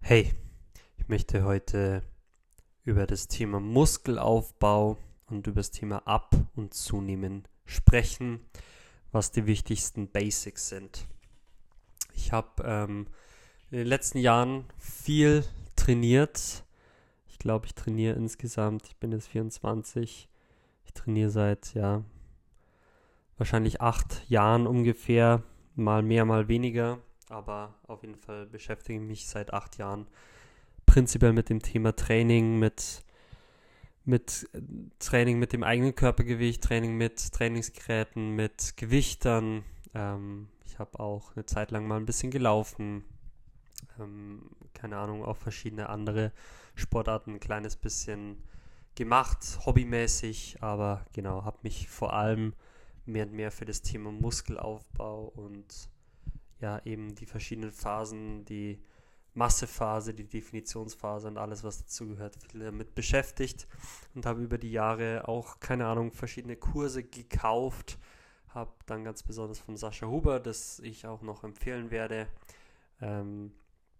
Hey, ich möchte heute über das Thema Muskelaufbau und über das Thema Ab- und Zunehmen sprechen, was die wichtigsten Basics sind. Ich habe in den letzten Jahren viel trainiert. Ich glaube, ich trainiere insgesamt, ich bin jetzt 24, ich trainiere seit, wahrscheinlich 8 Jahren ungefähr, mal mehr, mal weniger, aber auf jeden Fall beschäftige ich mich seit 8 Jahren prinzipiell mit dem Thema Training, mit Training mit dem eigenen Körpergewicht, Training mit Trainingsgeräten, mit Gewichtern. Ich habe auch eine Zeit lang mal ein bisschen gelaufen. Keine Ahnung, auch verschiedene andere Sportarten ein kleines bisschen gemacht, hobbymäßig, aber genau, habe mich vor allem mehr und mehr für das Thema Muskelaufbau und ja, eben die verschiedenen Phasen, die Massephase, die Definitionsphase und alles, was dazugehört, viel damit beschäftigt und habe über die Jahre auch, keine Ahnung, verschiedene Kurse gekauft. Habe dann ganz besonders von Sascha Huber, das ich auch noch empfehlen werde, ähm,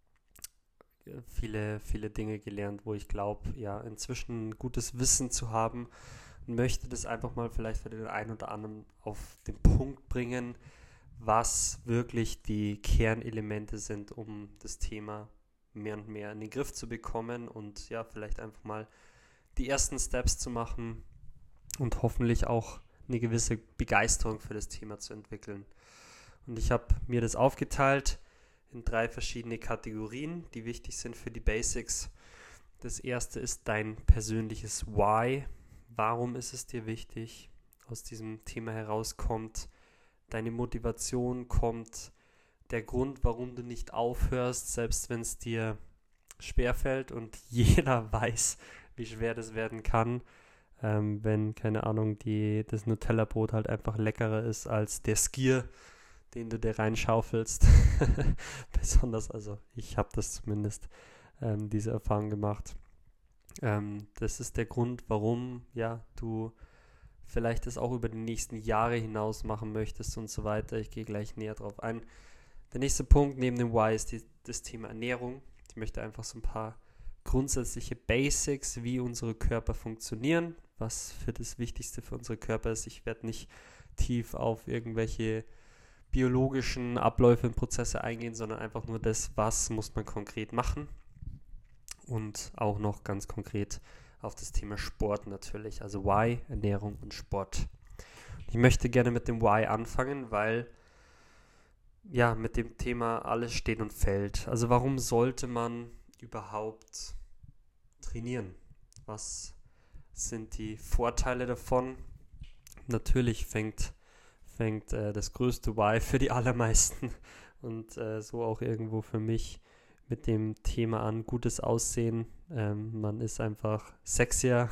viele Dinge gelernt, wo ich glaube, ja, inzwischen gutes Wissen zu haben und möchte das einfach mal vielleicht für den einen oder anderen auf den Punkt bringen, was wirklich die Kernelemente sind, um das Thema mehr und mehr in den Griff zu bekommen und ja, vielleicht einfach mal die ersten Steps zu machen und hoffentlich auch eine gewisse Begeisterung für das Thema zu entwickeln. Und ich habe mir das aufgeteilt in 3 verschiedene Kategorien, die wichtig sind für die Basics. Das erste ist dein persönliches Why. Warum ist es dir wichtig? Aus diesem Thema herauskommt deine Motivation, kommt der Grund, warum du nicht aufhörst, selbst wenn es dir schwerfällt und jeder weiß, wie schwer das werden kann, wenn, keine Ahnung, das Nutella-Brot halt einfach leckerer ist als der Skier, den du dir reinschaufelst. Besonders, also ich habe das zumindest, diese Erfahrung gemacht. Das ist der Grund, warum, ja, du vielleicht das auch über die nächsten Jahre hinaus machen möchtest und so weiter. Ich gehe gleich näher drauf ein. Der nächste Punkt neben dem Why ist das Thema Ernährung. Ich möchte einfach so ein paar grundsätzliche Basics, wie unsere Körper funktionieren, was für das Wichtigste für unsere Körper ist. Ich werde nicht tief auf irgendwelche biologischen Abläufe und Prozesse eingehen, sondern einfach nur das, was muss man konkret machen und auch noch ganz konkret auf das Thema Sport natürlich, also Why, Ernährung und Sport. Ich möchte gerne mit dem Why anfangen, weil ja, mit dem Thema alles steht und fällt. Also warum sollte man überhaupt trainieren? Was sind die Vorteile davon? Natürlich fängt das größte Why für die allermeisten und so auch irgendwo für mich mit dem Thema an, gutes Aussehen. Man ist einfach sexier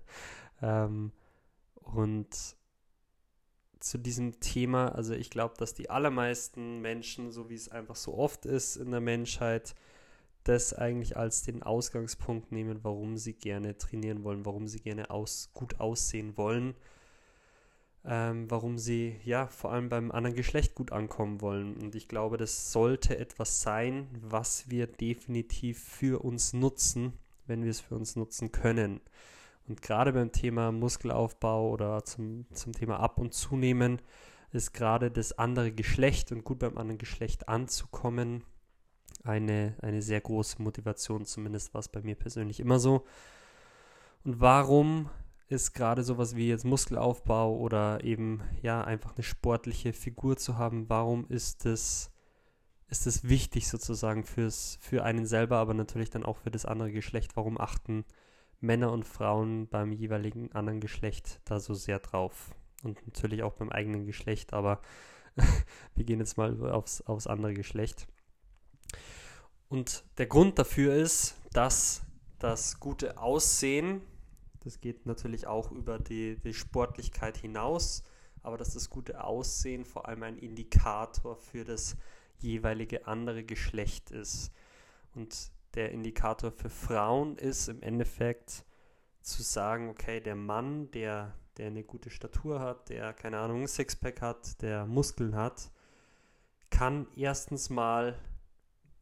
und zu diesem Thema, also ich glaube, dass die allermeisten Menschen, so wie es einfach so oft ist in der Menschheit, das eigentlich als den Ausgangspunkt nehmen, warum sie gerne trainieren wollen, warum sie gerne gut aussehen wollen, warum sie ja vor allem beim anderen Geschlecht gut ankommen wollen. Und ich glaube, das sollte etwas sein, was wir definitiv für uns nutzen, wenn wir es für uns nutzen können. Und gerade beim Thema Muskelaufbau oder zum Thema Ab- und Zunehmen ist gerade das andere Geschlecht und gut beim anderen Geschlecht anzukommen eine sehr große Motivation, zumindest war es bei mir persönlich immer so. Und warum ist gerade sowas wie jetzt Muskelaufbau oder eben ja einfach eine sportliche Figur zu haben, warum ist es wichtig sozusagen für einen selber, aber natürlich dann auch für das andere Geschlecht? Warum achten Männer und Frauen beim jeweiligen anderen Geschlecht da so sehr drauf? Und natürlich auch beim eigenen Geschlecht, aber wir gehen jetzt mal aufs andere Geschlecht. Und der Grund dafür ist, dass das gute Aussehen, das geht natürlich auch über die Sportlichkeit hinaus, aber dass das gute Aussehen vor allem ein Indikator für das jeweilige andere Geschlecht ist. Und der Indikator für Frauen ist im Endeffekt zu sagen, okay, der Mann, der eine gute Statur hat, der, keine Ahnung, ein Sixpack hat, der Muskeln hat, kann erstens mal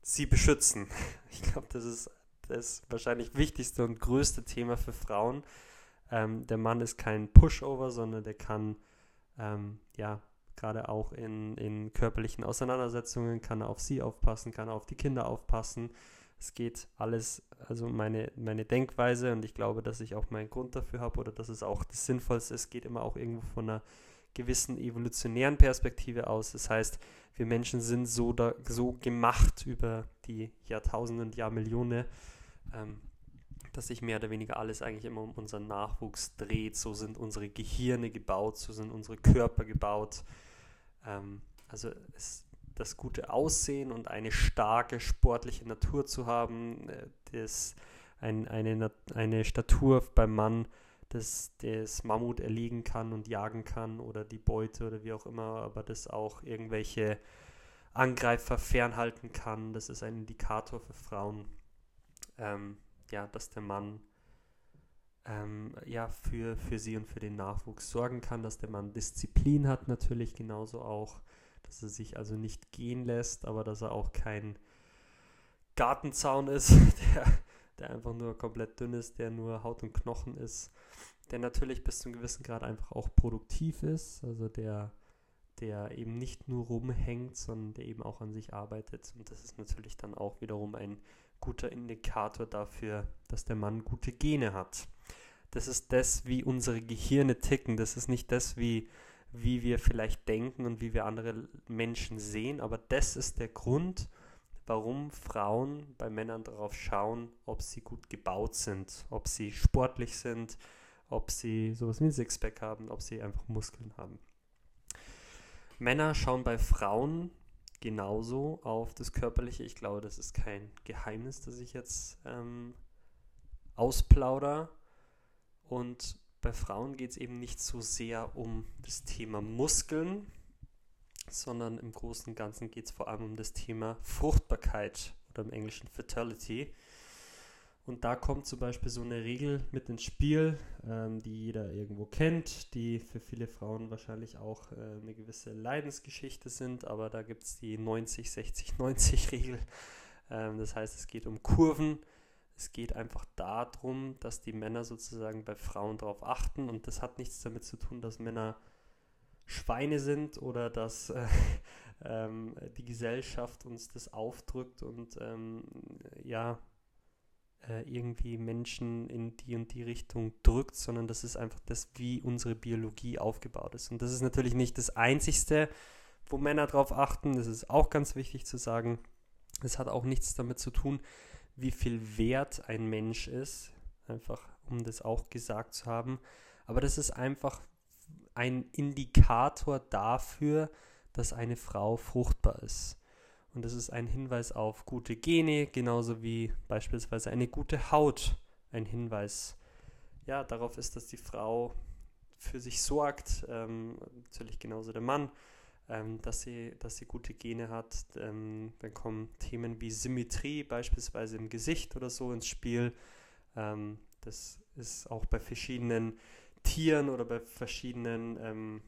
sie beschützen. Ich glaube, das ist das wahrscheinlich wichtigste und größte Thema für Frauen. Der Mann ist kein Pushover, sondern der kann, gerade auch in körperlichen Auseinandersetzungen, kann er auf sie aufpassen, kann er auf die Kinder aufpassen. Es geht alles, also meine Denkweise, und ich glaube, dass ich auch meinen Grund dafür habe oder dass es auch das Sinnvollste ist, geht immer auch irgendwo von einer gewissen evolutionären Perspektive aus. Das heißt, wir Menschen sind so gemacht über die Jahrtausende und Jahrmillionen, dass sich mehr oder weniger alles eigentlich immer um unseren Nachwuchs dreht. So sind unsere Gehirne gebaut, so sind unsere Körper gebaut. Also das gute Aussehen und eine starke sportliche Natur zu haben, eine Statur beim Mann, das Mammut erlegen kann und jagen kann oder die Beute oder wie auch immer, aber das auch irgendwelche Angreifer fernhalten kann. Das ist ein Indikator für Frauen, dass der Mann für sie und für den Nachwuchs sorgen kann, dass der Mann Disziplin hat natürlich genauso auch, dass er sich also nicht gehen lässt, aber dass er auch kein Gartenzaun ist, der einfach nur komplett dünn ist, der nur Haut und Knochen ist, der natürlich bis zu einem gewissen Grad einfach auch produktiv ist, also der eben nicht nur rumhängt, sondern der eben auch an sich arbeitet. Und das ist natürlich dann auch wiederum ein guter Indikator dafür, dass der Mann gute Gene hat. Das ist das, wie unsere Gehirne ticken. Das ist nicht das, wie wir vielleicht denken und wie wir andere Menschen sehen, aber das ist der Grund, warum Frauen bei Männern darauf schauen, ob sie gut gebaut sind, ob sie sportlich sind, ob sie sowas wie ein Sixpack haben, ob sie einfach Muskeln haben. Männer schauen bei Frauen genauso auf das Körperliche. Ich glaube, das ist kein Geheimnis, das ich jetzt ausplaudere. Und bei Frauen geht es eben nicht so sehr um das Thema Muskeln, sondern im Großen und Ganzen geht es vor allem um das Thema Fruchtbarkeit oder im Englischen Fertility. Und da kommt zum Beispiel so eine Regel mit ins Spiel, die jeder irgendwo kennt, die für viele Frauen wahrscheinlich auch eine gewisse Leidensgeschichte sind, aber da gibt es die 90-60-90-Regel. Das heißt, es geht um Kurven. Es geht einfach darum, dass die Männer sozusagen bei Frauen darauf achten, und das hat nichts damit zu tun, dass Männer Schweine sind oder dass die Gesellschaft uns das aufdrückt und irgendwie Menschen in die und die Richtung drückt, sondern das ist einfach das, wie unsere Biologie aufgebaut ist. Und das ist natürlich nicht das Einzigste, wo Männer drauf achten. Das ist auch ganz wichtig zu sagen. Es hat auch nichts damit zu tun, wie viel wert ein Mensch ist, einfach um das auch gesagt zu haben. Aber das ist einfach ein Indikator dafür, dass eine Frau fruchtbar ist. Und das ist ein Hinweis auf gute Gene, genauso wie beispielsweise eine gute Haut ein Hinweis darauf ist, dass die Frau für sich sorgt, natürlich genauso der Mann, dass sie gute Gene hat. Dann kommen Themen wie Symmetrie beispielsweise im Gesicht oder so ins Spiel. Das ist auch bei verschiedenen Tieren oder bei verschiedenen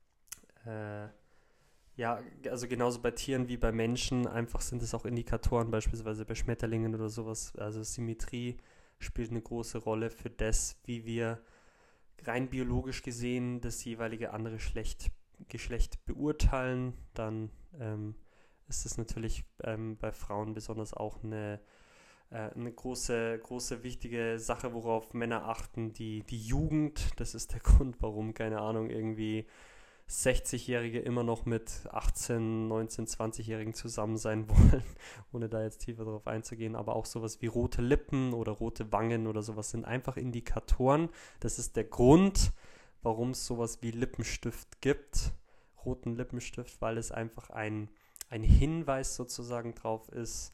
also genauso bei Tieren wie bei Menschen, einfach sind es auch Indikatoren, beispielsweise bei Schmetterlingen oder sowas. Also Symmetrie spielt eine große Rolle für das, wie wir rein biologisch gesehen das jeweilige andere Geschlecht beurteilen. Dann ist es natürlich bei Frauen besonders auch eine große, wichtige Sache, worauf Männer achten, die Jugend. Das ist der Grund, warum, keine Ahnung, irgendwie 60-Jährige immer noch mit 18, 19, 20-Jährigen zusammen sein wollen, ohne da jetzt tiefer drauf einzugehen. Aber auch sowas wie rote Lippen oder rote Wangen oder sowas sind einfach Indikatoren. Das ist der Grund, warum es sowas wie Lippenstift gibt, roten Lippenstift, weil es einfach ein Hinweis sozusagen drauf ist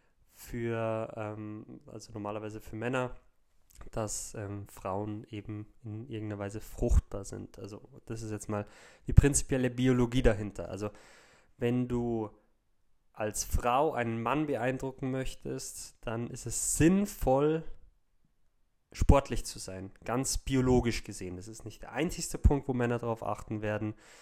also normalerweise für Männer, dass Frauen eben in irgendeiner Weise fruchtbar sind. Also das ist jetzt mal die prinzipielle Biologie dahinter. Also wenn du als Frau einen Mann beeindrucken möchtest, dann ist es sinnvoll, sportlich zu sein, ganz biologisch gesehen. Das ist nicht der einzigste Punkt, wo Männer darauf achten werden,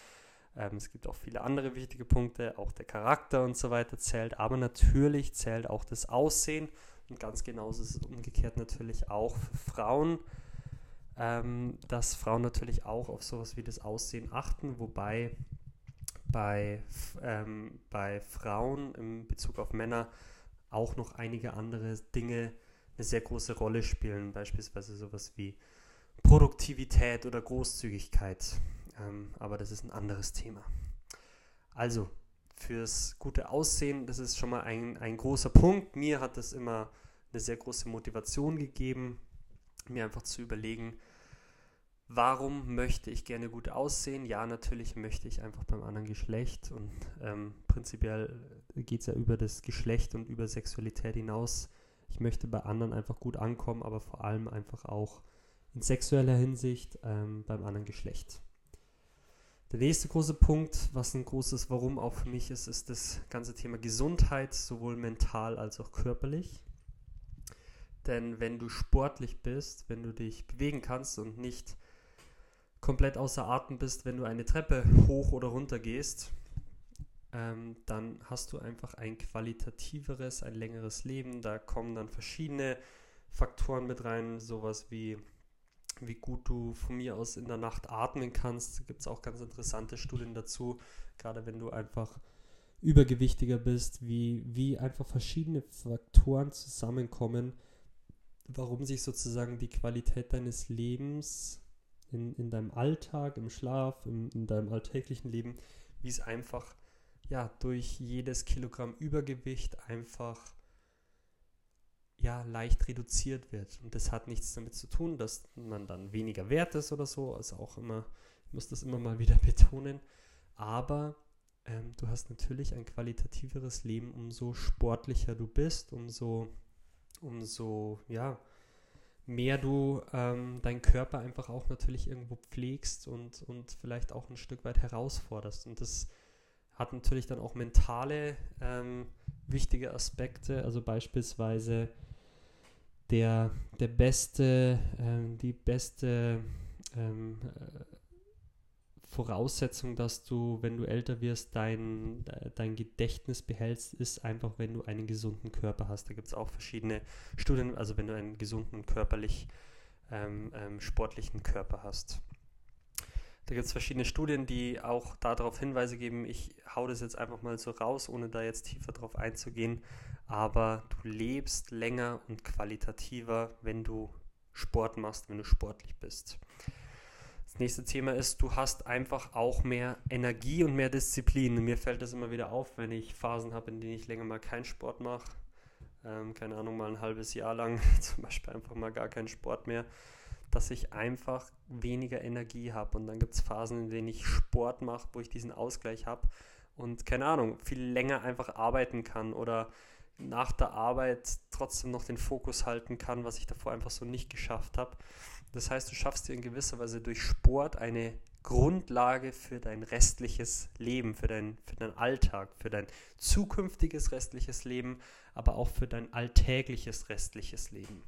Es gibt auch viele andere wichtige Punkte, auch der Charakter und so weiter zählt, aber natürlich zählt auch das Aussehen und ganz genauso ist es umgekehrt natürlich auch für Frauen, dass Frauen natürlich auch auf sowas wie das Aussehen achten, wobei bei Frauen in Bezug auf Männer auch noch einige andere Dinge eine sehr große Rolle spielen, beispielsweise sowas wie Produktivität oder Großzügigkeit. Aber das ist ein anderes Thema. Also, fürs gute Aussehen, das ist schon mal ein großer Punkt. Mir hat das immer eine sehr große Motivation gegeben, mir einfach zu überlegen, warum möchte ich gerne gut aussehen? Ja, natürlich möchte ich einfach beim anderen Geschlecht und prinzipiell geht es ja über das Geschlecht und über Sexualität hinaus. Ich möchte bei anderen einfach gut ankommen, aber vor allem einfach auch in sexueller Hinsicht beim anderen Geschlecht. Der nächste große Punkt, was ein großes Warum auch für mich ist, ist das ganze Thema Gesundheit, sowohl mental als auch körperlich. Denn wenn du sportlich bist, wenn du dich bewegen kannst und nicht komplett außer Atem bist, wenn du eine Treppe hoch oder runter gehst, dann hast du einfach ein qualitativeres, ein längeres Leben. Da kommen dann verschiedene Faktoren mit rein, sowas wie gut du von mir aus in der Nacht atmen kannst. Da gibt es auch ganz interessante Studien dazu, gerade wenn du einfach übergewichtiger bist, wie einfach verschiedene Faktoren zusammenkommen, warum sich sozusagen die Qualität deines Lebens in deinem Alltag, im Schlaf, in deinem alltäglichen Leben, wie es einfach durch jedes Kilogramm Übergewicht einfach leicht reduziert wird. Und das hat nichts damit zu tun, dass man dann weniger wert ist oder so. Also auch immer, ich muss das immer mal wieder betonen. Aber du hast natürlich ein qualitativeres Leben, umso sportlicher du bist, umso mehr du deinen Körper einfach auch natürlich irgendwo pflegst und vielleicht auch ein Stück weit herausforderst. Und das hat natürlich dann auch mentale wichtige Aspekte, also beispielsweise die beste Voraussetzung, dass du, wenn du älter wirst, dein Gedächtnis behältst, ist einfach, wenn du einen gesunden Körper hast. Da gibt es auch verschiedene Studien, also wenn du einen gesunden und körperlich sportlichen Körper hast. Da gibt es verschiedene Studien, die auch darauf Hinweise geben. Ich hau das jetzt einfach mal so raus, ohne da jetzt tiefer drauf einzugehen. Aber du lebst länger und qualitativer, wenn du Sport machst, wenn du sportlich bist. Das nächste Thema ist, du hast einfach auch mehr Energie und mehr Disziplin. Und mir fällt das immer wieder auf, wenn ich Phasen habe, in denen ich länger mal keinen Sport mache. Keine Ahnung, mal ein halbes Jahr lang zum Beispiel einfach mal gar keinen Sport mehr, dass ich einfach weniger Energie habe. Und dann gibt es Phasen, in denen ich Sport mache, wo ich diesen Ausgleich habe und, keine Ahnung, viel länger einfach arbeiten kann oder nach der Arbeit trotzdem noch den Fokus halten kann, was ich davor einfach so nicht geschafft habe. Das heißt, du schaffst dir in gewisser Weise durch Sport eine Grundlage für dein restliches Leben, für deinen Alltag, für dein zukünftiges restliches Leben, aber auch für dein alltägliches restliches Leben.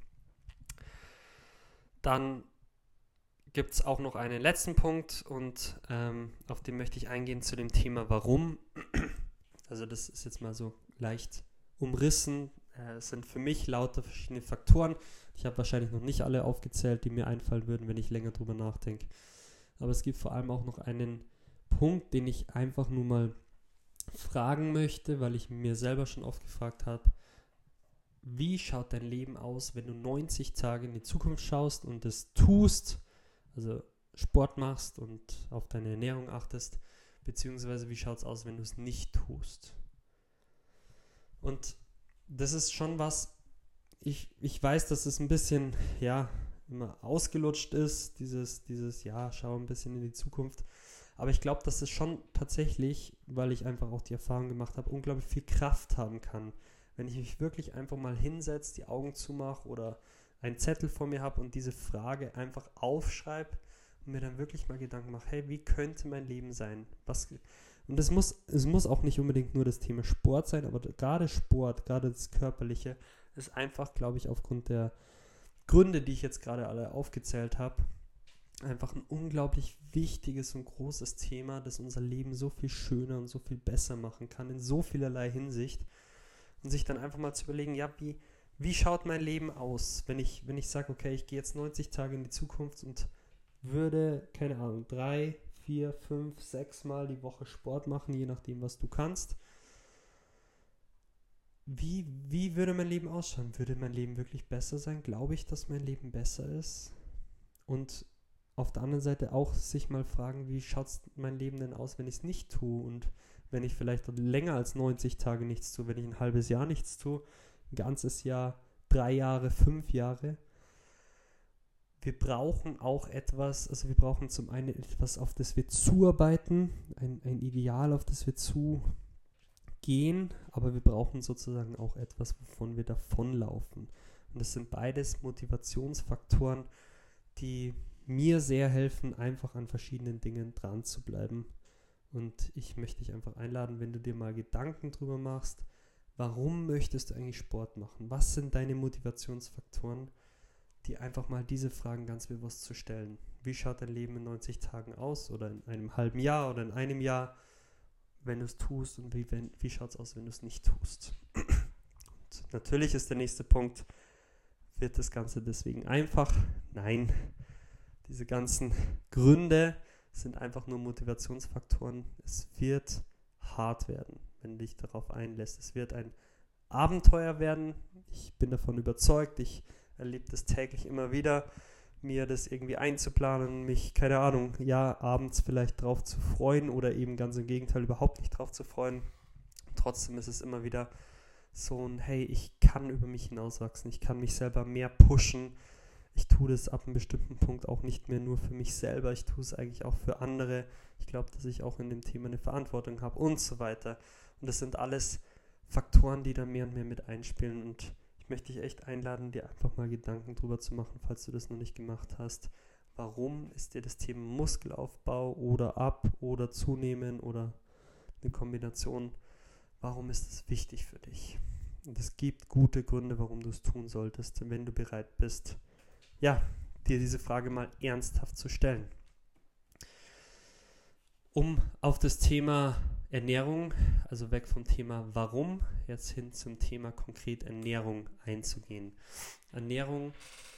Dann gibt es auch noch einen letzten Punkt und auf den möchte ich eingehen zu dem Thema Warum. Also das ist jetzt mal so leicht umrissen. Es sind für mich lauter verschiedene Faktoren. Ich habe wahrscheinlich noch nicht alle aufgezählt, die mir einfallen würden, wenn ich länger drüber nachdenke. Aber es gibt vor allem auch noch einen Punkt, den ich einfach nur mal fragen möchte, weil ich mir selber schon oft gefragt habe, wie schaut dein Leben aus, wenn du 90 Tage in die Zukunft schaust und es tust, also Sport machst und auf deine Ernährung achtest, beziehungsweise wie schaut es aus, wenn du es nicht tust? Und das ist schon was, ich weiß, dass es ein bisschen, immer ausgelutscht ist, dieses, schau ein bisschen in die Zukunft. Aber ich glaube, dass es schon tatsächlich, weil ich einfach auch die Erfahrung gemacht habe, unglaublich viel Kraft haben kann. Wenn ich mich wirklich einfach mal hinsetze, die Augen zumache oder einen Zettel vor mir habe und diese Frage einfach aufschreibe und mir dann wirklich mal Gedanken mache, hey, wie könnte mein Leben sein? Und es muss auch nicht unbedingt nur das Thema Sport sein, aber gerade Sport, gerade das Körperliche, ist einfach, glaube ich, aufgrund der Gründe, die ich jetzt gerade alle aufgezählt habe, einfach ein unglaublich wichtiges und großes Thema, das unser Leben so viel schöner und so viel besser machen kann, in so vielerlei Hinsicht. Und sich dann einfach mal zu überlegen, ja, wie schaut mein Leben aus, wenn ich sage, okay, ich gehe jetzt 90 Tage in die Zukunft und würde, keine Ahnung, 3, 4, 5, 6 Mal die Woche Sport machen, je nachdem, was du kannst. Wie würde mein Leben ausschauen? Würde mein Leben wirklich besser sein? Glaube ich, dass mein Leben besser ist? Und auf der anderen Seite auch sich mal fragen, wie schaut mein Leben denn aus, wenn ich es nicht tue? Und wenn ich vielleicht länger als 90 Tage nichts tue, wenn ich ein halbes Jahr nichts tue, ein ganzes Jahr, 3 Jahre, 5 Jahre. Wir brauchen auch etwas, also wir brauchen zum einen etwas, auf das wir zuarbeiten, ein Ideal, auf das wir zugehen, aber wir brauchen sozusagen auch etwas, wovon wir davonlaufen. Und das sind beides Motivationsfaktoren, die mir sehr helfen, einfach an verschiedenen Dingen dran zu bleiben. Und ich möchte dich einfach einladen, wenn du dir mal Gedanken drüber machst, warum möchtest du eigentlich Sport machen? Was sind deine Motivationsfaktoren? Dir einfach mal diese Fragen ganz bewusst zu stellen. Wie schaut dein Leben in 90 Tagen aus oder in einem halben Jahr oder in einem Jahr, wenn du es tust, und wie schaut es aus, wenn du es nicht tust? Und natürlich ist der nächste Punkt, wird das Ganze deswegen einfach? Nein, diese ganzen Gründe sind einfach nur Motivationsfaktoren. Es wird hart werden, wenn du dich darauf einlässt. Es wird ein Abenteuer werden. Ich bin davon überzeugt. Ich erlebe das täglich immer wieder, mir das irgendwie einzuplanen, mich, keine Ahnung, ja, abends vielleicht drauf zu freuen oder eben ganz im Gegenteil überhaupt nicht drauf zu freuen. Trotzdem ist es immer wieder so ein, hey, ich kann über mich hinauswachsen, ich kann mich selber mehr pushen. Ich tue das ab einem bestimmten Punkt auch nicht mehr nur für mich selber, ich tue es eigentlich auch für andere. Ich glaube, dass ich auch in dem Thema eine Verantwortung habe und so weiter. Und das sind alles Faktoren, die da mehr und mehr mit einspielen. Und ich möchte dich echt einladen, dir einfach mal Gedanken drüber zu machen, falls du das noch nicht gemacht hast. Warum ist dir das Thema Muskelaufbau oder Ab- oder Zunehmen oder eine Kombination, warum ist es wichtig für dich? Und es gibt gute Gründe, warum du es tun solltest, wenn du bereit bist, ja, dir diese Frage mal ernsthaft zu stellen. Um auf das Thema Ernährung, also weg vom Thema Warum, jetzt hin zum Thema konkret Ernährung einzugehen. Ernährung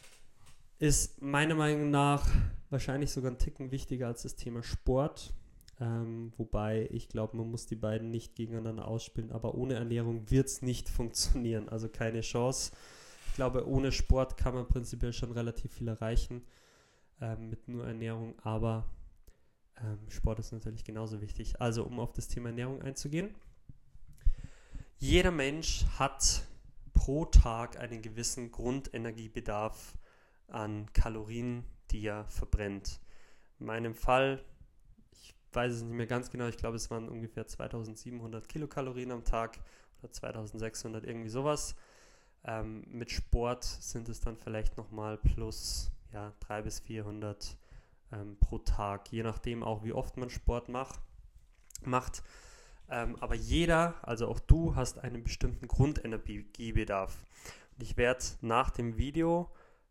ist meiner Meinung nach wahrscheinlich sogar ein Ticken wichtiger als das Thema Sport, wobei ich glaube, man muss die beiden nicht gegeneinander ausspielen, aber ohne Ernährung wird es nicht funktionieren, also keine Chance. Ich glaube, ohne Sport kann man prinzipiell schon relativ viel erreichen, mit nur Ernährung, aber Sport ist natürlich genauso wichtig. Also, um auf das Thema Ernährung einzugehen. Jeder Mensch hat pro Tag einen gewissen Grundenergiebedarf an Kalorien, die er verbrennt. In meinem Fall, ich weiß es nicht mehr ganz genau, ich glaube, es waren ungefähr 2700 Kilokalorien am Tag oder 2600, irgendwie sowas. Mit Sport sind es dann vielleicht nochmal plus 300 bis 400 pro Tag, je nachdem auch, wie oft man Sport macht. Aber jeder, also auch du, hast einen bestimmten Grundenergiebedarf. Und ich werde nach dem Video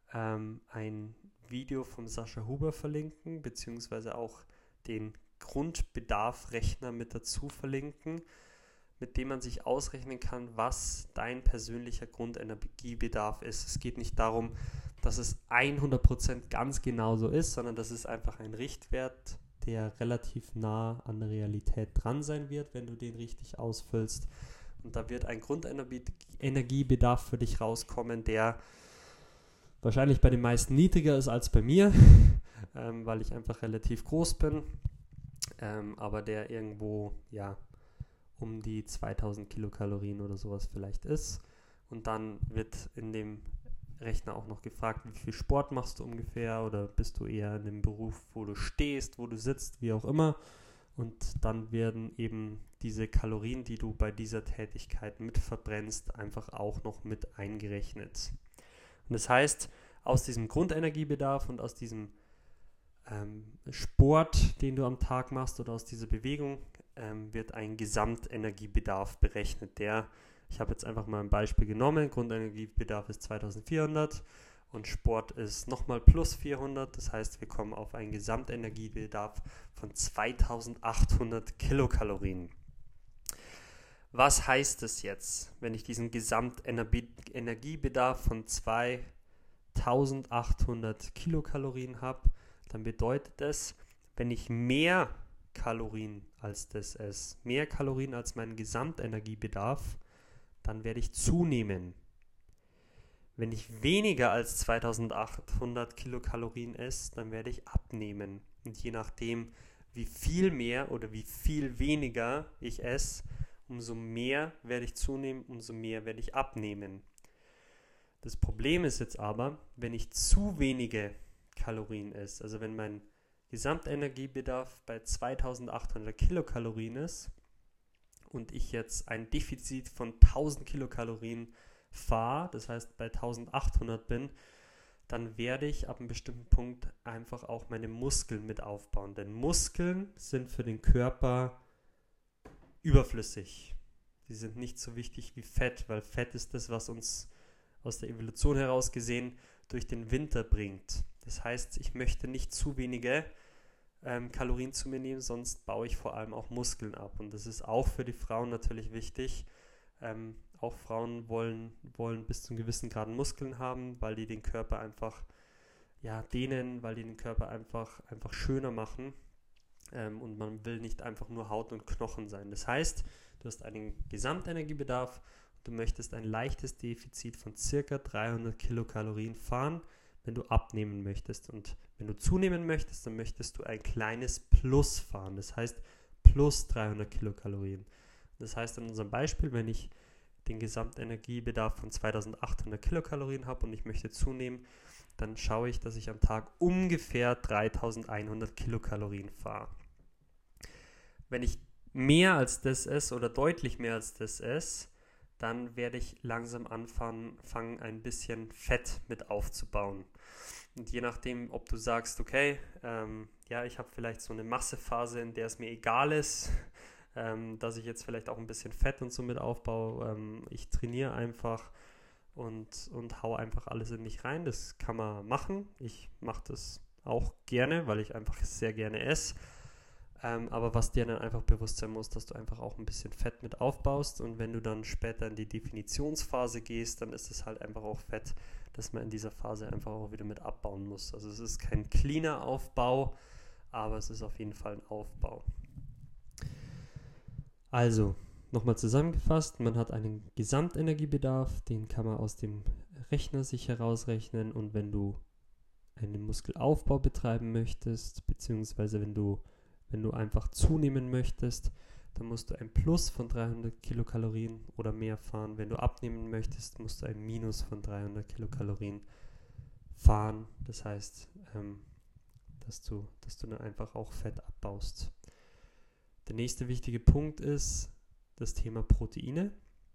ein Video von Sascha Huber verlinken, beziehungsweise auch den Grundbedarfrechner mit dazu verlinken, mit dem man sich ausrechnen kann, was dein persönlicher Grundenergiebedarf ist. Es geht nicht darum, dass es 100% ganz genau so ist, sondern das ist einfach ein Richtwert, der relativ nah an der Realität dran sein wird, wenn du den richtig ausfüllst. Und da wird ein Grundenergiebedarf für dich rauskommen, der wahrscheinlich bei den meisten niedriger ist als bei mir, weil ich einfach relativ groß bin, aber der irgendwo, um die 2000 Kilokalorien oder sowas vielleicht ist. Und dann wird in dem Rechner auch noch gefragt, wie viel Sport machst du ungefähr, oder bist du eher in einem Beruf, wo du stehst, wo du sitzt, wie auch immer. Und dann werden eben diese Kalorien, die du bei dieser Tätigkeit mit verbrennst, einfach auch noch mit eingerechnet. Und das heißt, aus diesem Grundenergiebedarf und aus diesem Sport, den du am Tag machst, oder aus dieser Bewegung, wird ein Gesamtenergiebedarf berechnet, ich habe jetzt einfach mal ein Beispiel genommen, Grundenergiebedarf ist 2400 und Sport ist nochmal plus 400. Das heißt, wir kommen auf einen Gesamtenergiebedarf von 2800 Kilokalorien. Was heißt es jetzt, wenn ich diesen Gesamtenergiebedarf von 2800 Kilokalorien habe? Dann bedeutet es, wenn ich mehr Kalorien als das esse, mehr Kalorien als mein Gesamtenergiebedarf, dann werde ich zunehmen. Wenn ich weniger als 2800 Kilokalorien esse, dann werde ich abnehmen. Und je nachdem, wie viel mehr oder wie viel weniger ich esse, umso mehr werde ich zunehmen, umso mehr werde ich abnehmen. Das Problem ist jetzt aber, wenn ich zu wenige Kalorien esse, also wenn mein Gesamtenergiebedarf bei 2800 Kilokalorien ist und ich jetzt ein Defizit von 1000 Kilokalorien fahre, das heißt bei 1800 bin, dann werde ich ab einem bestimmten Punkt einfach auch meine Muskeln mit aufbauen. Denn Muskeln sind für den Körper überflüssig. Die sind nicht so wichtig wie Fett, weil Fett ist das, was uns aus der Evolution heraus gesehen durch den Winter bringt. Das heißt, ich möchte nicht zu wenige Kalorien zu mir nehmen, sonst baue ich vor allem auch Muskeln ab. Und das ist auch für die Frauen natürlich wichtig. Auch Frauen wollen bis zu einem gewissen Grad Muskeln haben, weil die den Körper einfach dehnen, weil die den Körper einfach schöner machen. Und man will nicht einfach nur Haut und Knochen sein. Das heißt, du hast einen Gesamtenergiebedarf, du möchtest ein leichtes Defizit von ca. 300 Kilokalorien fahren, wenn du abnehmen möchtest. Und wenn du zunehmen möchtest, dann möchtest du ein kleines Plus fahren. Das heißt, plus 300 Kilokalorien. Das heißt, in unserem Beispiel, wenn ich den Gesamtenergiebedarf von 2800 Kilokalorien habe und ich möchte zunehmen, dann schaue ich, dass ich am Tag ungefähr 3100 Kilokalorien fahre. Wenn ich mehr als das esse oder deutlich mehr als das esse, dann werde ich langsam anfangen, ein bisschen Fett mit aufzubauen. Und je nachdem, ob du sagst, okay, ich habe vielleicht so eine Massephase, in der es mir egal ist, dass ich jetzt vielleicht auch ein bisschen Fett und so mit aufbaue. Ich trainiere einfach und hau einfach alles in mich rein. Das kann man machen. Ich mache das auch gerne, weil ich einfach sehr gerne esse. Aber was dir dann einfach bewusst sein muss, dass du einfach auch ein bisschen Fett mit aufbaust. Und wenn du dann später in die Definitionsphase gehst, dann ist es halt einfach auch Fett, dass man in dieser Phase einfach auch wieder mit abbauen muss. Also es ist kein cleaner Aufbau, aber es ist auf jeden Fall ein Aufbau. Also, nochmal zusammengefasst, man hat einen Gesamtenergiebedarf, den kann man aus dem Rechner sich herausrechnen, und wenn du einen Muskelaufbau betreiben möchtest, beziehungsweise wenn du einfach zunehmen möchtest, dann musst du ein Plus von 300 Kilokalorien oder mehr fahren. Wenn du abnehmen möchtest, musst du ein Minus von 300 Kilokalorien fahren. Das heißt, dass du dann einfach auch Fett abbaust. Der nächste wichtige Punkt ist das Thema Proteine,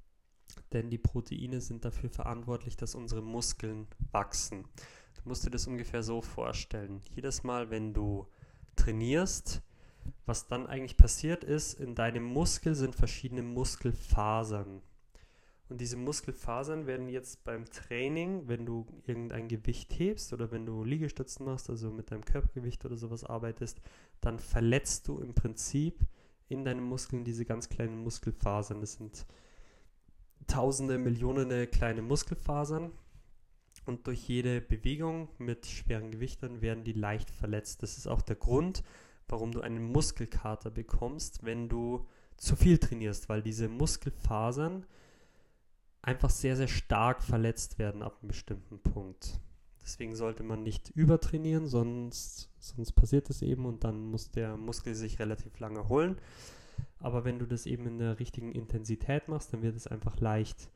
denn die Proteine sind dafür verantwortlich, dass unsere Muskeln wachsen. Du musst dir das ungefähr so vorstellen. Jedes Mal, wenn du trainierst, was dann eigentlich passiert ist, in deinem Muskel sind verschiedene Muskelfasern. Und diese Muskelfasern werden jetzt beim Training, wenn du irgendein Gewicht hebst oder wenn du Liegestützen machst, also mit deinem Körpergewicht oder sowas arbeitest, dann verletzt du im Prinzip in deinen Muskeln diese ganz kleinen Muskelfasern. Das sind tausende, Millionen kleine Muskelfasern. Und durch jede Bewegung mit schweren Gewichten werden die leicht verletzt. Das ist auch der Grund, warum du einen Muskelkater bekommst, wenn du zu viel trainierst, weil diese Muskelfasern einfach sehr, sehr stark verletzt werden ab einem bestimmten Punkt. Deswegen sollte man nicht übertrainieren, sonst passiert es eben und dann muss der Muskel sich relativ lange erholen. Aber wenn du das eben in der richtigen Intensität machst, dann wird es einfach leicht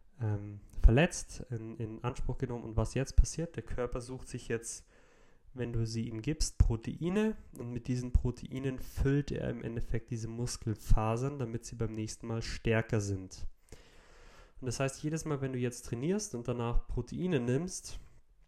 verletzt, in Anspruch genommen. Und was jetzt passiert, der Körper sucht sich jetzt, wenn du sie ihm gibst, Proteine, und mit diesen Proteinen füllt er im Endeffekt diese Muskelfasern, damit sie beim nächsten Mal stärker sind. Und das heißt, jedes Mal, wenn du jetzt trainierst und danach Proteine nimmst,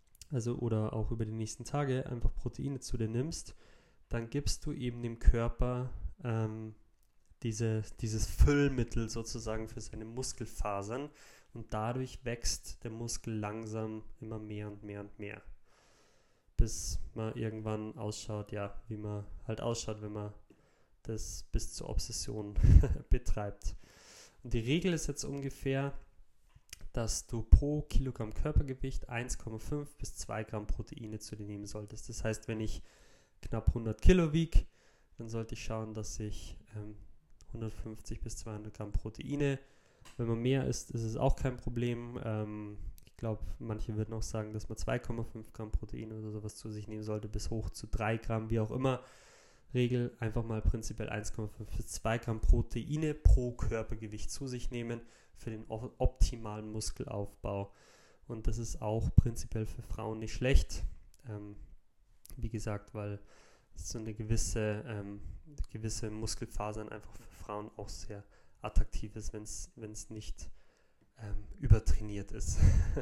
oder auch über die nächsten Tage einfach Proteine zu dir nimmst, dann gibst du eben dem Körper dieses Füllmittel sozusagen für seine Muskelfasern. Und dadurch wächst der Muskel langsam immer mehr und mehr und mehr. Bis man irgendwann ausschaut, ja, wie man halt ausschaut, wenn man das bis zur Obsession betreibt. Und die Regel ist jetzt ungefähr, dass du pro Kilogramm Körpergewicht 1,5 bis 2 Gramm Proteine zu dir nehmen solltest. Das heißt, wenn ich knapp 100 Kilo wiege, dann sollte ich schauen, dass ich 150 bis 200 Gramm Proteine, wenn man mehr isst, ist es auch kein Problem. Ich glaube, manche würden auch sagen, dass man 2,5 Gramm Proteine oder sowas zu sich nehmen sollte, bis hoch zu 3 Gramm, wie auch immer. Regel einfach mal prinzipiell 1,5 bis 2 Gramm Proteine pro Körpergewicht zu sich nehmen für den optimalen Muskelaufbau. Und das ist auch prinzipiell für Frauen nicht schlecht. Wie gesagt, weil so eine gewisse Muskelfasern einfach für Frauen auch sehr attraktiv ist, wenn es nicht übertrainiert ist.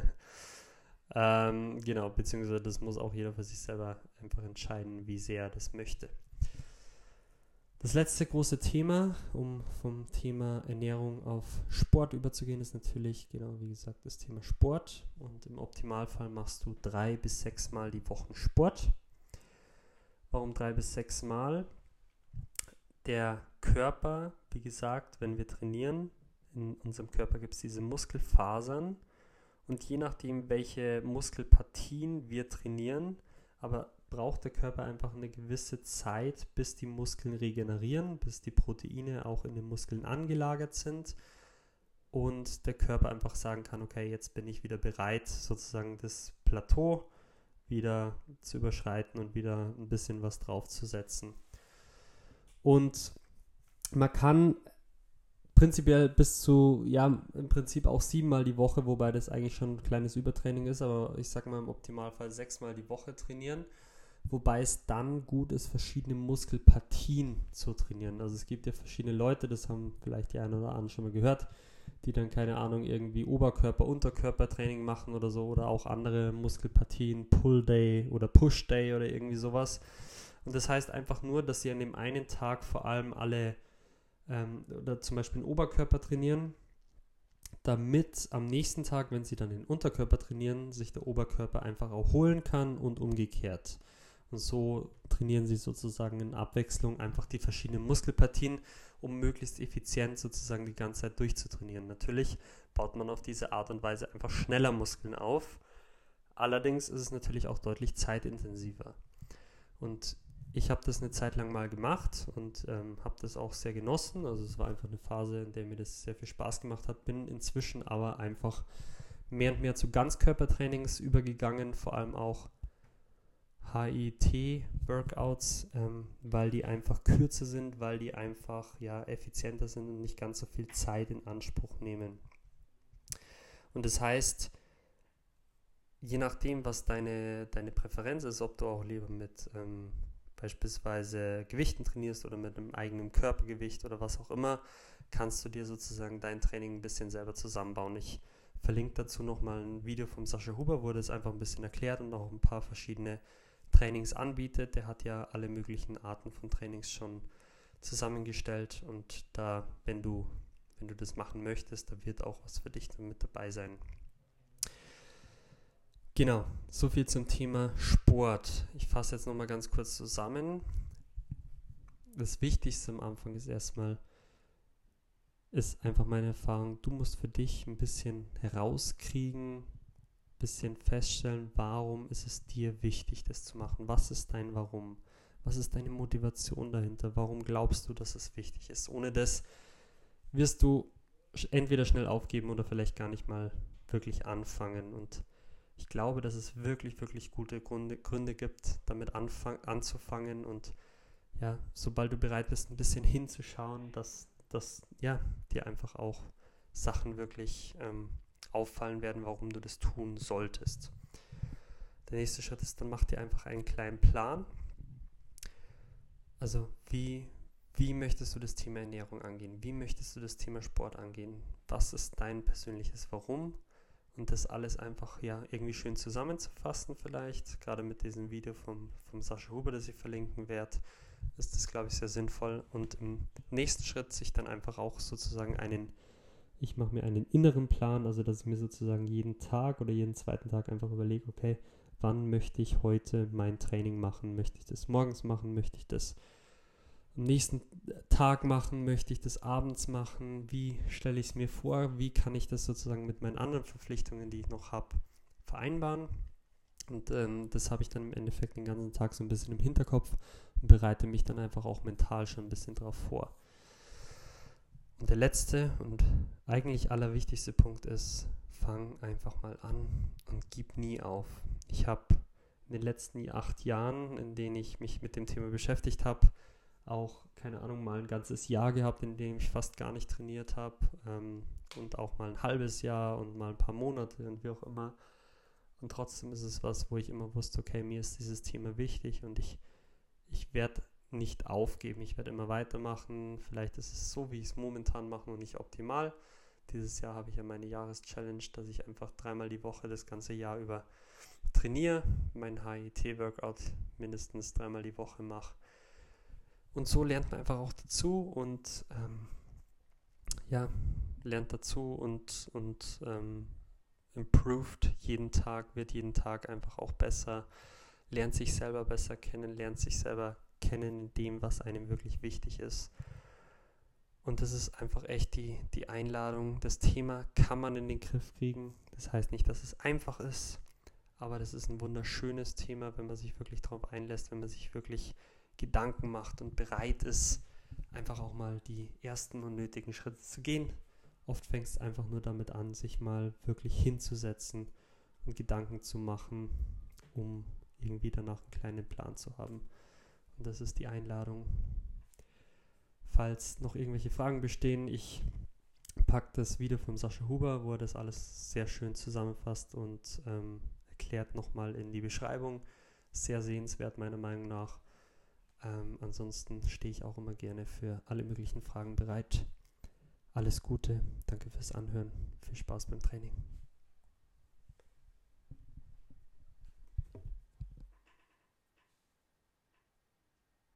Genau, beziehungsweise das muss auch jeder für sich selber einfach entscheiden, wie sehr er das möchte. Das letzte große Thema, um vom Thema Ernährung auf Sport überzugehen, ist natürlich, genau wie gesagt, das Thema Sport. Und im Optimalfall machst du 3 bis 6 Mal die Woche Sport. Warum 3 bis 6 Mal? Der Körper, wie gesagt, wenn wir trainieren, in unserem Körper gibt es diese Muskelfasern. Und je nachdem, welche Muskelpartien wir trainieren, aber braucht der Körper einfach eine gewisse Zeit, bis die Muskeln regenerieren, bis die Proteine auch in den Muskeln angelagert sind und der Körper einfach sagen kann, okay, jetzt bin ich wieder bereit, sozusagen das Plateau wieder zu überschreiten und wieder ein bisschen was draufzusetzen. Und man kann prinzipiell bis zu, ja, im Prinzip auch 7 Mal die Woche, wobei das eigentlich schon ein kleines Übertraining ist, aber ich sage mal im Optimalfall 6 Mal die Woche trainieren, wobei es dann gut ist, verschiedene Muskelpartien zu trainieren. Also es gibt ja verschiedene Leute, das haben vielleicht die einen oder anderen schon mal gehört, die dann, keine Ahnung, irgendwie Oberkörper-, Unterkörpertraining machen oder so oder auch andere Muskelpartien, Pull-Day oder Push-Day oder irgendwie sowas. Und das heißt einfach nur, dass sie an dem einen Tag vor allem alle oder zum Beispiel den Oberkörper trainieren, damit am nächsten Tag, wenn sie dann den Unterkörper trainieren, sich der Oberkörper einfach erholen kann und umgekehrt. Und so trainieren sie sozusagen in Abwechslung einfach die verschiedenen Muskelpartien, um möglichst effizient sozusagen die ganze Zeit durchzutrainieren. Natürlich baut man auf diese Art und Weise einfach schneller Muskeln auf. Allerdings ist es natürlich auch deutlich zeitintensiver. Und ich habe das eine Zeit lang mal gemacht und habe das auch sehr genossen. Also es war einfach eine Phase, in der mir das sehr viel Spaß gemacht hat. Bin inzwischen aber einfach mehr und mehr zu Ganzkörpertrainings übergegangen, vor allem auch HIIT-Workouts, weil die einfach kürzer sind, weil die einfach effizienter sind und nicht ganz so viel Zeit in Anspruch nehmen. Und das heißt, je nachdem, was deine Präferenz ist, ob du auch lieber mit beispielsweise Gewichten trainierst oder mit einem eigenen Körpergewicht oder was auch immer, kannst du dir sozusagen dein Training ein bisschen selber zusammenbauen. Ich verlinke dazu nochmal ein Video von Sascha Huber, wo er das einfach ein bisschen erklärt und auch ein paar verschiedene Trainings anbietet. Der hat ja alle möglichen Arten von Trainings schon zusammengestellt und da, wenn du das machen möchtest, da wird auch was für dich mit dabei sein. Genau, soviel zum Thema Sport. Ich fasse jetzt nochmal ganz kurz zusammen. Das Wichtigste am Anfang ist einfach meine Erfahrung, du musst für dich ein bisschen herauskriegen, ein bisschen feststellen, warum ist es dir wichtig, das zu machen? Was ist dein Warum? Was ist deine Motivation dahinter? Warum glaubst du, dass es wichtig ist? Ohne das wirst du entweder schnell aufgeben oder vielleicht gar nicht mal wirklich anfangen. Und ich glaube, dass es wirklich, wirklich gute Gründe gibt, damit anzufangen und ja, sobald du bereit bist, ein bisschen hinzuschauen, dass dir einfach auch Sachen wirklich auffallen werden, warum du das tun solltest. Der nächste Schritt ist, dann mach dir einfach einen kleinen Plan. Also wie möchtest du das Thema Ernährung angehen? Wie möchtest du das Thema Sport angehen? Was ist dein persönliches Warum? Und das alles einfach irgendwie schön zusammenzufassen vielleicht, gerade mit diesem Video vom Sascha Huber, das ich verlinken werde, ist das, glaube ich, sehr sinnvoll. Und im nächsten Schritt sich dann einfach auch sozusagen einen Ich mache mir einen inneren Plan, also dass ich mir sozusagen jeden Tag oder jeden zweiten Tag einfach überlege, okay, wann möchte ich heute mein Training machen? Möchte ich das morgens machen? Möchte ich das am nächsten Tag machen? Möchte ich das abends machen? Wie stelle ich es mir vor? Wie kann ich das sozusagen mit meinen anderen Verpflichtungen, die ich noch habe, vereinbaren? Und das habe ich dann im Endeffekt den ganzen Tag so ein bisschen im Hinterkopf und bereite mich dann einfach auch mental schon ein bisschen drauf vor. Und der letzte und eigentlich allerwichtigste Punkt ist, fang einfach mal an und gib nie auf. Ich habe in den letzten 8 Jahren, in denen ich mich mit dem Thema beschäftigt habe, auch, keine Ahnung, mal ein ganzes Jahr gehabt, in dem ich fast gar nicht trainiert habe, und auch mal ein halbes Jahr und mal ein paar Monate und wie auch immer. Und trotzdem ist es was, wo ich immer wusste, okay, mir ist dieses Thema wichtig und ich werde nicht aufgeben, ich werde immer weitermachen. Vielleicht ist es so, wie ich es momentan mache, noch nicht optimal. Dieses Jahr habe ich ja meine Jahreschallenge, dass ich einfach 3-mal die Woche das ganze Jahr über trainiere, mein HIIT-Workout mindestens 3-mal die Woche mache. Und so lernt man einfach auch dazu und lernt dazu und improved jeden Tag, wird jeden Tag einfach auch besser, lernt sich selber besser kennen, lernt sich selber kennen in dem, was einem wirklich wichtig ist. Und das ist einfach echt die Einladung. Das Thema kann man in den Griff kriegen. Das heißt nicht, dass es einfach ist, aber das ist ein wunderschönes Thema, wenn man sich wirklich darauf einlässt, wenn man sich wirklich Gedanken macht und bereit ist, einfach auch mal die ersten und nötigen Schritte zu gehen. Oft fängt es einfach nur damit an, sich mal wirklich hinzusetzen und Gedanken zu machen, um irgendwie danach einen kleinen Plan zu haben. Und das ist die Einladung. Falls noch irgendwelche Fragen bestehen, ich packe das Video von Sascha Huber, wo er das alles sehr schön zusammenfasst und erklärt nochmal in die Beschreibung. Sehr sehenswert meiner Meinung nach. Ansonsten stehe ich auch immer gerne für alle möglichen Fragen bereit. Alles Gute, danke fürs Anhören, viel Spaß beim Training.